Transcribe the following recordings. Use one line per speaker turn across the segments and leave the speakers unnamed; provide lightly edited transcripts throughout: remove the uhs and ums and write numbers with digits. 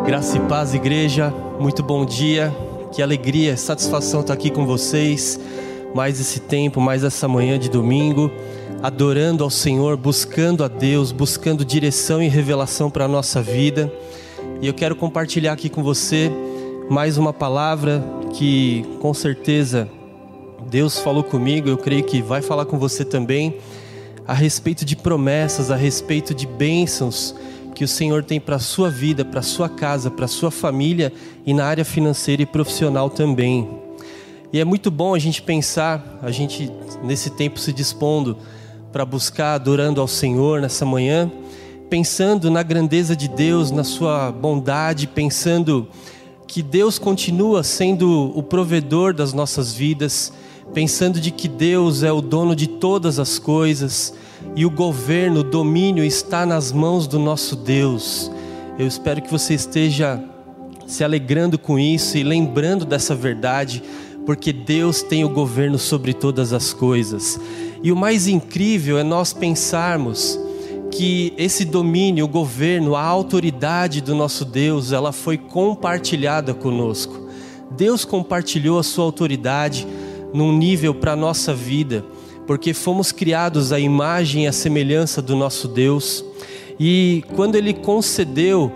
Graça e paz, igreja, muito bom dia, que alegria, satisfação estar aqui com vocês, mais esse tempo, mais essa manhã de domingo, adorando ao Senhor, buscando a Deus, buscando direção e revelação para a nossa vida. E eu quero compartilhar aqui com você mais uma palavra que com certeza Deus falou comigo, eu creio que vai falar com você também, a respeito de promessas, a respeito de bênçãos que o Senhor tem para a sua vida, para a sua casa, para a sua família e na área financeira e profissional também. E é muito bom a gente pensar, a gente nesse tempo se dispondo para buscar, adorando ao Senhor nessa manhã, pensando na grandeza de Deus, na sua bondade, pensando que Deus continua sendo o provedor das nossas vidas, pensando de que Deus é o dono de todas as coisas e o governo, o domínio está nas mãos do nosso Deus. Eu espero que você esteja se alegrando com isso e lembrando dessa verdade, porque Deus tem o governo sobre todas as coisas. E o mais incrível é nós pensarmos que esse domínio, o governo, a autoridade do nosso Deus, ela foi compartilhada conosco. Deus compartilhou a sua autoridade num nível para a nossa vida, porque fomos criados à imagem e à semelhança do nosso Deus. E quando Ele concedeu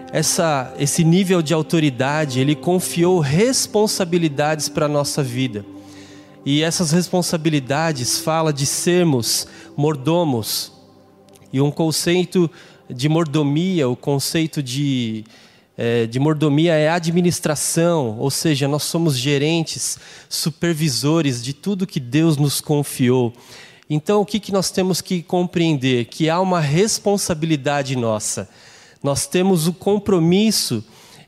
esse nível de autoridade, Ele confiou responsabilidades para a nossa vida. E essas responsabilidades falam de sermos mordomos. E um conceito de mordomia, o conceito de mordomia é administração, ou seja, nós somos gerentes, supervisores de tudo que Deus nos confiou. Então, o que nós temos que compreender? Que há uma responsabilidade nossa. Nós temos o compromisso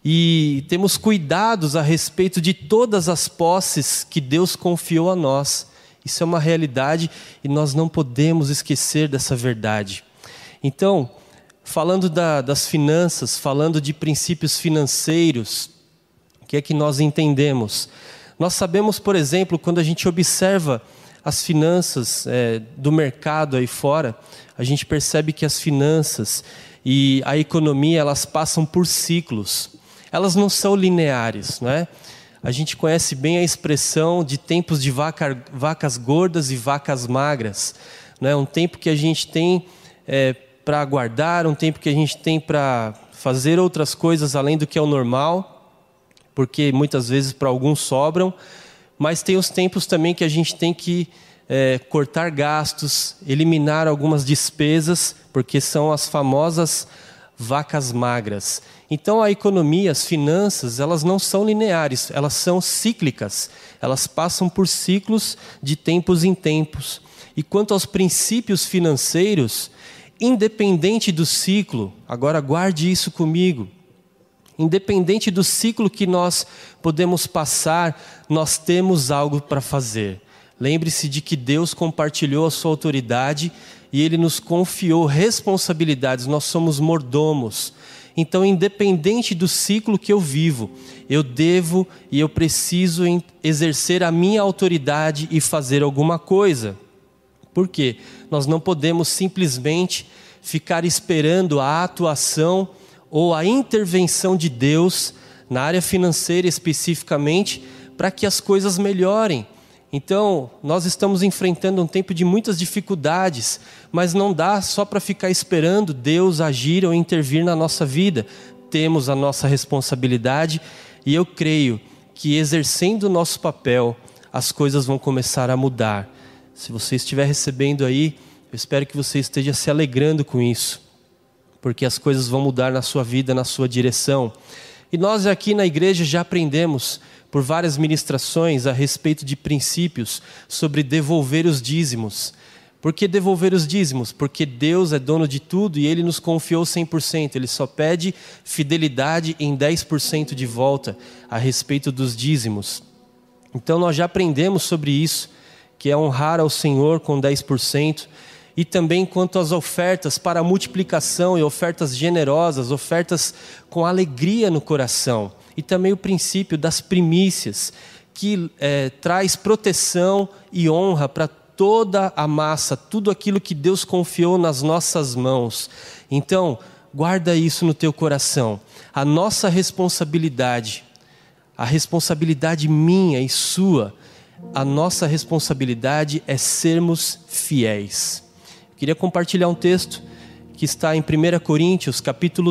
e temos cuidados a respeito de todas as posses que Deus confiou a nós. Isso é uma realidade e nós não podemos esquecer dessa verdade. Então, falando das finanças, falando de princípios financeiros, o que é que nós entendemos? Nós sabemos, por exemplo, quando a gente observa as finanças do mercado aí fora, a gente percebe que as finanças e a economia, elas passam por ciclos. Elas não são lineares, não é? A gente conhece bem a expressão de tempos de vacas gordas e vacas magras, não é? Um tempo que a gente tem para aguardar, um tempo que a gente tem para fazer outras coisas além do que é o normal, porque muitas vezes para alguns sobram, mas tem os tempos também que a gente tem que cortar gastos, eliminar algumas despesas, porque são as famosas vacas magras. Então a economia, as finanças, elas não são lineares, elas são cíclicas, elas passam por ciclos de tempos em tempos. E quanto aos princípios financeiros, independente do ciclo, agora guarde isso comigo, independente do ciclo que nós podemos passar, nós temos algo para fazer. Lembre-se de que Deus compartilhou a sua autoridade e Ele nos confiou responsabilidades, nós somos mordomos. Então, independente do ciclo que eu vivo, eu devo e eu preciso exercer a minha autoridade e fazer alguma coisa. Por quê? Nós não podemos simplesmente ficar esperando a atuação ou a intervenção de Deus na área financeira especificamente para que as coisas melhorem. Então, nós estamos enfrentando um tempo de muitas dificuldades, mas não dá só para ficar esperando Deus agir ou intervir na nossa vida. Temos a nossa responsabilidade e eu creio que exercendo o nosso papel, as coisas vão começar a mudar. Se você estiver recebendo aí, eu espero que você esteja se alegrando com isso, porque as coisas vão mudar na sua vida, na sua direção. E nós aqui na igreja já aprendemos por várias ministrações a respeito de princípios sobre devolver os dízimos. Por que devolver os dízimos? Porque Deus é dono de tudo e Ele nos confiou 100%. Ele só pede fidelidade em 10% de volta a respeito dos dízimos. Então nós já aprendemos sobre isso, que é honrar ao Senhor com 10%. E também quanto às ofertas para multiplicação e ofertas generosas, ofertas com alegria no coração. E também o princípio das primícias, que traz proteção e honra para toda a massa, tudo aquilo que Deus confiou nas nossas mãos. Então, Guarda isso no teu coração. A nossa responsabilidade, a responsabilidade minha e sua, a nossa responsabilidade é sermos fiéis. Eu queria compartilhar um texto que está em 1 Coríntios capítulo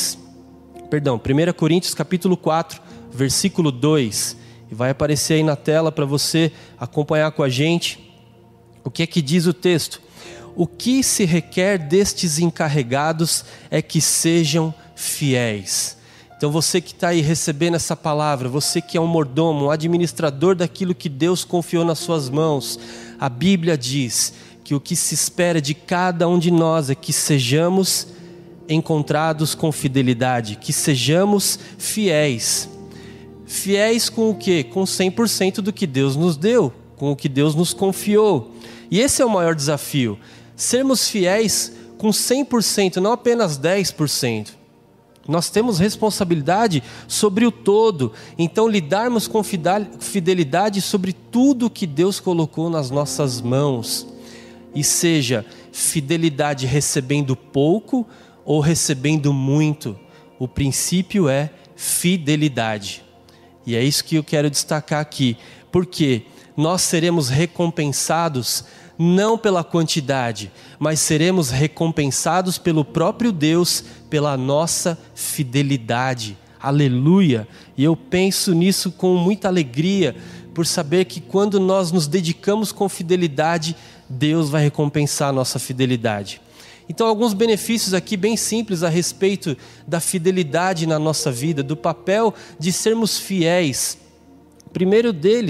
4, versículo 2. E vai aparecer aí na tela para você acompanhar com a gente. O que é que diz o texto? O que se requer destes encarregados é que sejam fiéis. Então você que está aí recebendo essa palavra, você que é um mordomo, um administrador daquilo que Deus confiou nas suas mãos, a Bíblia diz que o que se espera de cada um de nós é que sejamos encontrados com fidelidade, que sejamos fiéis. Fiéis com o quê? Com 100% do que Deus nos deu, com o que Deus nos confiou. E esse é o maior desafio, sermos fiéis com 100%, não apenas 10%. Nós temos responsabilidade sobre o todo, então lidarmos com fidelidade sobre tudo que Deus colocou nas nossas mãos. E seja fidelidade recebendo pouco ou recebendo muito, o princípio é fidelidade. E é isso que eu quero destacar aqui, porque nós seremos recompensados não pela quantidade, mas seremos recompensados pelo próprio Deus, pela nossa fidelidade. Aleluia! E eu penso nisso com muita alegria, por saber que quando nós nos dedicamos com fidelidade, Deus vai recompensar a nossa fidelidade. Então, alguns benefícios aqui bem simples a respeito da fidelidade na nossa vida, do papel de sermos fiéis. Primeiro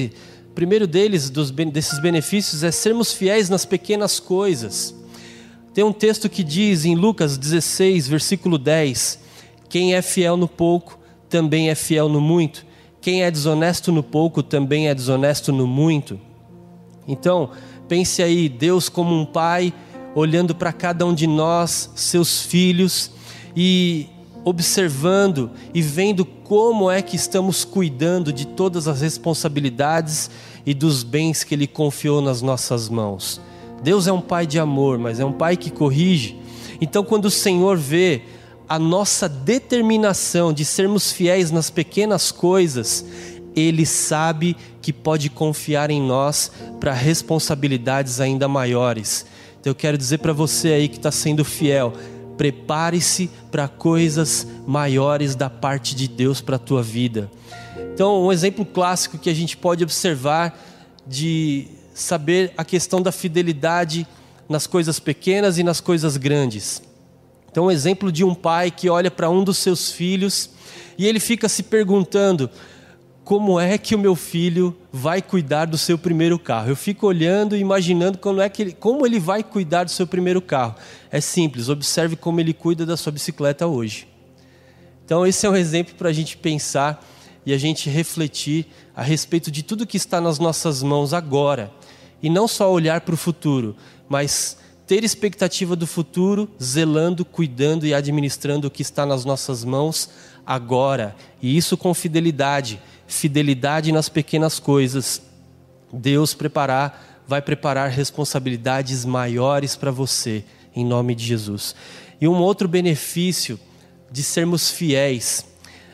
deles, desses benefícios, é sermos fiéis nas pequenas coisas. Tem um texto que diz em Lucas 16, versículo 10, quem é fiel no pouco, também é fiel no muito. Quem é desonesto no pouco, também é desonesto no muito. Então, pense aí, Deus como um pai, olhando para cada um de nós, seus filhos, e observando e vendo como é que estamos cuidando de todas as responsabilidades e dos bens que Ele confiou nas nossas mãos. Deus é um pai de amor, mas é um pai que corrige. Então, quando o Senhor vê a nossa determinação de sermos fiéis nas pequenas coisas, Ele sabe que pode confiar em nós para responsabilidades ainda maiores. Então eu quero dizer para você aí que está sendo fiel, prepare-se para coisas maiores da parte de Deus para a tua vida. Então, um exemplo clássico que a gente pode observar de saber a questão da fidelidade nas coisas pequenas e nas coisas grandes. Então, um exemplo de um pai que olha para um dos seus filhos e ele fica se perguntando: como é que o meu filho vai cuidar do seu primeiro carro? Eu fico olhando e imaginando como ele vai cuidar do seu primeiro carro. É simples, observe como ele cuida da sua bicicleta hoje. Então esse é um exemplo para a gente pensar e a gente refletir a respeito de tudo que está nas nossas mãos agora. E não só olhar para o futuro, mas ter expectativa do futuro, zelando, cuidando e administrando o que está nas nossas mãos agora. E isso com fidelidade. Fidelidade nas pequenas coisas. Deus vai preparar responsabilidades maiores para você, em nome de Jesus. E um outro benefício de sermos fiéis,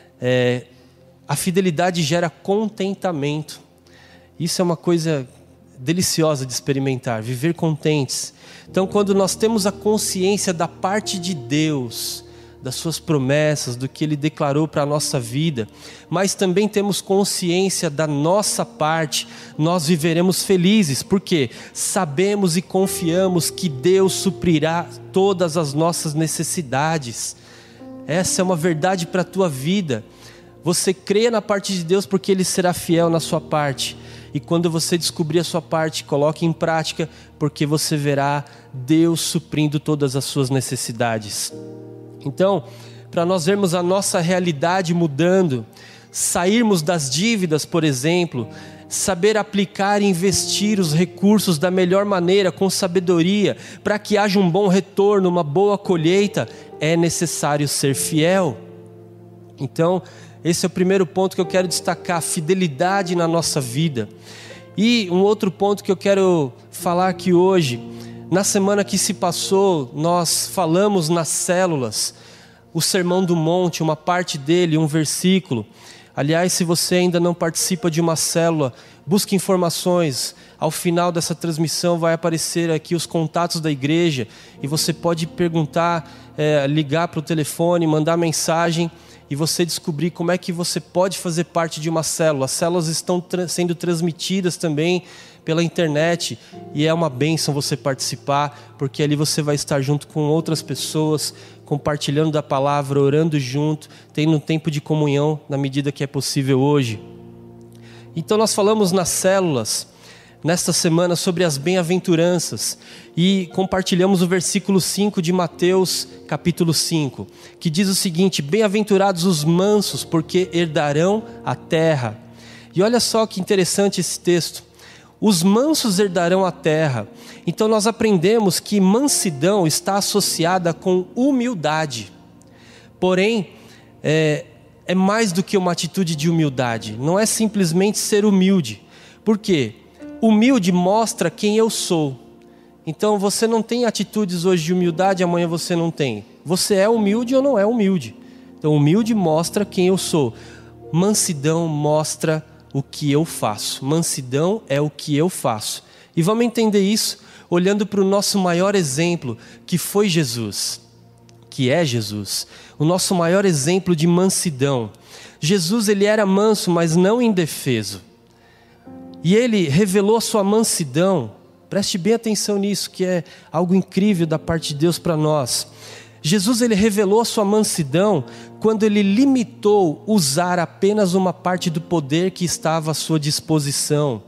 a fidelidade gera contentamento. Isso é uma coisa deliciosa de experimentar, viver contentes. Então, quando nós temos a consciência da parte de Deus, das suas promessas, do que Ele declarou para a nossa vida, mas também temos consciência da nossa parte, nós viveremos felizes, porque sabemos e confiamos que Deus suprirá todas as nossas necessidades. Essa é uma verdade para a tua vida. Você crê na parte de Deus porque Ele será fiel na sua parte. E quando você descobrir a sua parte, coloque em prática, porque você verá Deus suprindo todas as suas necessidades. Então, para nós vermos a nossa realidade mudando, sairmos das dívidas, por exemplo, saber aplicar e investir os recursos da melhor maneira, com sabedoria, para que haja um bom retorno, uma boa colheita, é necessário ser fiel. Então, esse é o primeiro ponto que eu quero destacar, fidelidade na nossa vida. E um outro ponto que eu quero falar aqui hoje, na semana que se passou, nós falamos nas células o Sermão do Monte, uma parte dele, um versículo. Aliás, se você ainda não participa de uma célula, busque informações. Ao final dessa transmissão vai aparecer aqui os contatos da igreja e você pode perguntar, ligar para o telefone, mandar mensagem e você descobrir como é que você pode fazer parte de uma célula. As células estão sendo transmitidas também pela internet e é uma bênção você participar, porque ali você vai estar junto com outras pessoas, compartilhando da palavra, orando junto, tendo um tempo de comunhão na medida que é possível hoje. Então nós falamos nas células, nesta semana, sobre as bem-aventuranças e compartilhamos o versículo 5 de Mateus capítulo 5, que diz o seguinte: bem-aventurados os mansos, porque herdarão a terra. E olha só que interessante esse texto. Os mansos herdarão a terra. Então nós aprendemos que mansidão está associada com humildade. Porém, é mais do que uma atitude de humildade. Não é simplesmente ser humilde. Por quê? Humilde mostra quem eu sou. Então você não tem atitudes hoje de humildade, amanhã você não tem. Você é humilde ou não é humilde. Então humilde mostra quem eu sou. Mansidão mostra o que eu faço. Mansidão é o que eu faço. E vamos entender isso olhando para o nosso maior exemplo, que foi Jesus, que é Jesus, o nosso maior exemplo de mansidão. Jesus, ele era manso, mas não indefeso. E ele revelou a sua mansidão. Preste bem atenção nisso, que é algo incrível da parte de Deus para nós. Jesus, ele revelou a sua mansidão quando ele limitou usar apenas uma parte do poder que estava à sua disposição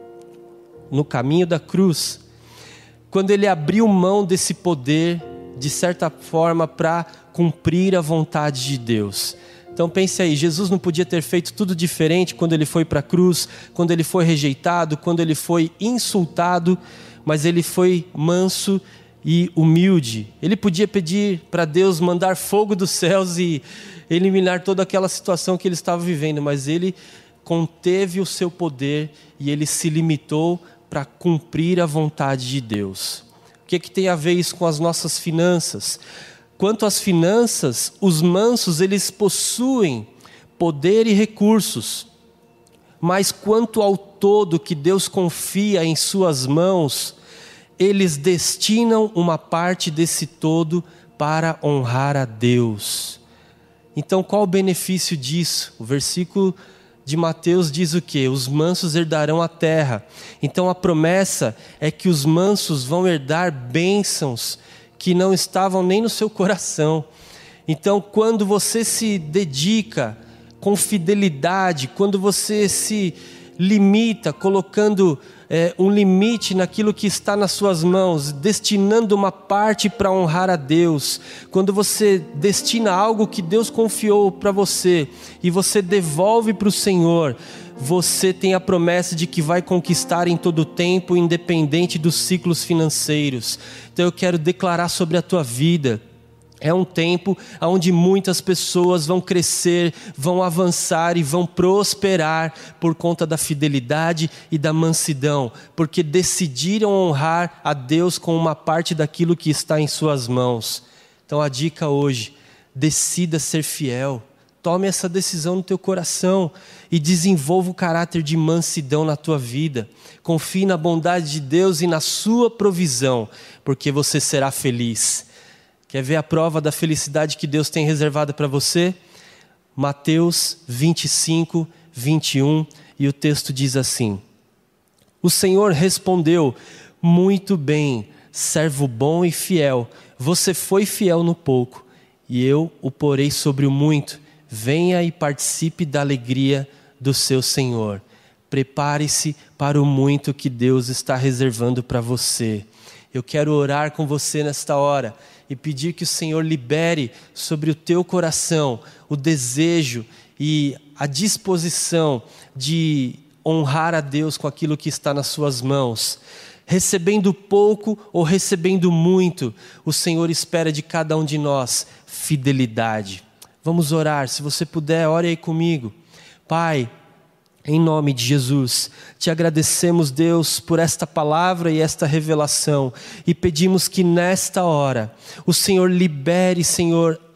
no caminho da cruz. Quando ele abriu mão desse poder, de certa forma, para cumprir a vontade de Deus. Então pense aí, Jesus não podia ter feito tudo diferente quando ele foi para a cruz, quando ele foi rejeitado, quando ele foi insultado, mas ele foi manso e humilde. Ele podia pedir para Deus mandar fogo dos céus e eliminar toda aquela situação que ele estava vivendo, mas ele conteve o seu poder e ele se limitou para cumprir a vontade de Deus. O que tem a ver isso com as nossas finanças? Quanto às finanças, os mansos, eles possuem poder e recursos. Mas quanto ao todo que Deus confia em suas mãos, eles destinam uma parte desse todo para honrar a Deus. Então qual o benefício disso? O versículo de Mateus diz o quê? Os mansos herdarão a terra. Então a promessa é que os mansos vão herdar bênçãos que não estavam nem no seu coração. Então quando você se dedica com fidelidade, quando você se limita, colocando um limite naquilo que está nas suas mãos, destinando uma parte para honrar a Deus, quando você destina algo que Deus confiou para você e você devolve para o Senhor, você tem a promessa de que vai conquistar em todo o tempo, independente dos ciclos financeiros. Então eu quero declarar sobre a tua vida. É um tempo onde muitas pessoas vão crescer, vão avançar e vão prosperar por conta da fidelidade e da mansidão, porque decidiram honrar a Deus com uma parte daquilo que está em suas mãos. Então a dica hoje, decida ser fiel. Tome essa decisão no teu coração e desenvolva o caráter de mansidão na tua vida. Confie na bondade de Deus e na sua provisão, porque você será feliz. Quer ver a prova da felicidade que Deus tem reservada para você? Mateus 25, 21, e o texto diz assim: o Senhor respondeu: muito bem, servo bom e fiel, você foi fiel no pouco, e eu o porei sobre o muito. Venha e participe da alegria do seu Senhor. Prepare-se para o muito que Deus está reservando para você. Eu quero orar com você nesta hora e pedir que o Senhor libere sobre o teu coração o desejo e a disposição de honrar a Deus com aquilo que está nas suas mãos. Recebendo pouco ou recebendo muito, o Senhor espera de cada um de nós fidelidade. Vamos orar, se você puder, ore aí comigo. Pai, em nome de Jesus, te agradecemos, Deus, por esta palavra e esta revelação, e pedimos que nesta hora o Senhor libere, Senhor,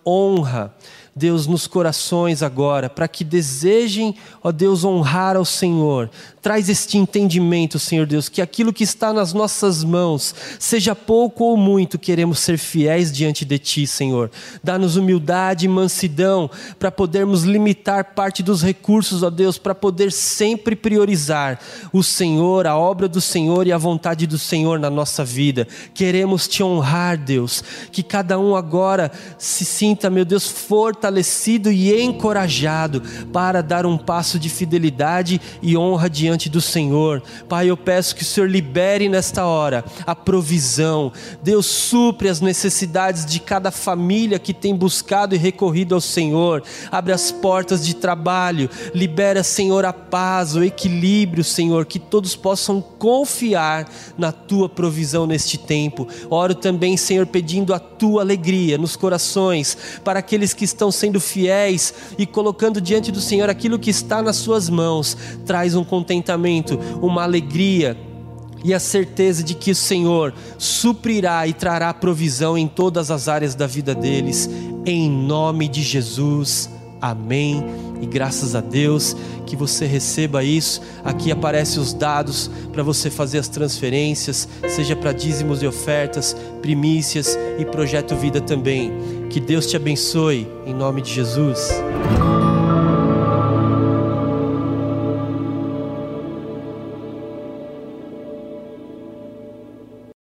honra, Deus, nos corações agora, para que desejem, ó Deus, honrar ao Senhor. Traz este entendimento, Senhor Deus, que aquilo que está nas nossas mãos, seja pouco ou muito, queremos ser fiéis diante de Ti, Senhor. Dá-nos humildade e mansidão para podermos limitar parte dos recursos, ó Deus, para poder sempre priorizar o Senhor, a obra do Senhor e a vontade do Senhor na nossa vida. Queremos Te honrar, Deus, que cada um agora se sinta, meu Deus, fortalecido e encorajado para dar um passo de fidelidade e honra diante do Senhor. Pai, eu peço que o Senhor libere nesta hora a provisão. Deus, supre as necessidades de cada família que tem buscado e recorrido ao Senhor. Abre as portas de trabalho, libera, Senhor, a paz, o equilíbrio, Senhor, que todos possam confiar na Tua provisão neste tempo. Oro também, Senhor, pedindo a Tua alegria nos corações, para aqueles que estão sendo fiéis e colocando diante do Senhor aquilo que está nas Suas mãos. Traz um contentamento, uma alegria e a certeza de que o Senhor suprirá e trará provisão em todas as áreas da vida deles, em nome de Jesus, amém. E graças a Deus que você receba isso. Aqui aparecem os dados para você fazer as transferências, seja para dízimos e ofertas, primícias e Projeto Vida também. Que Deus te abençoe, em nome de Jesus.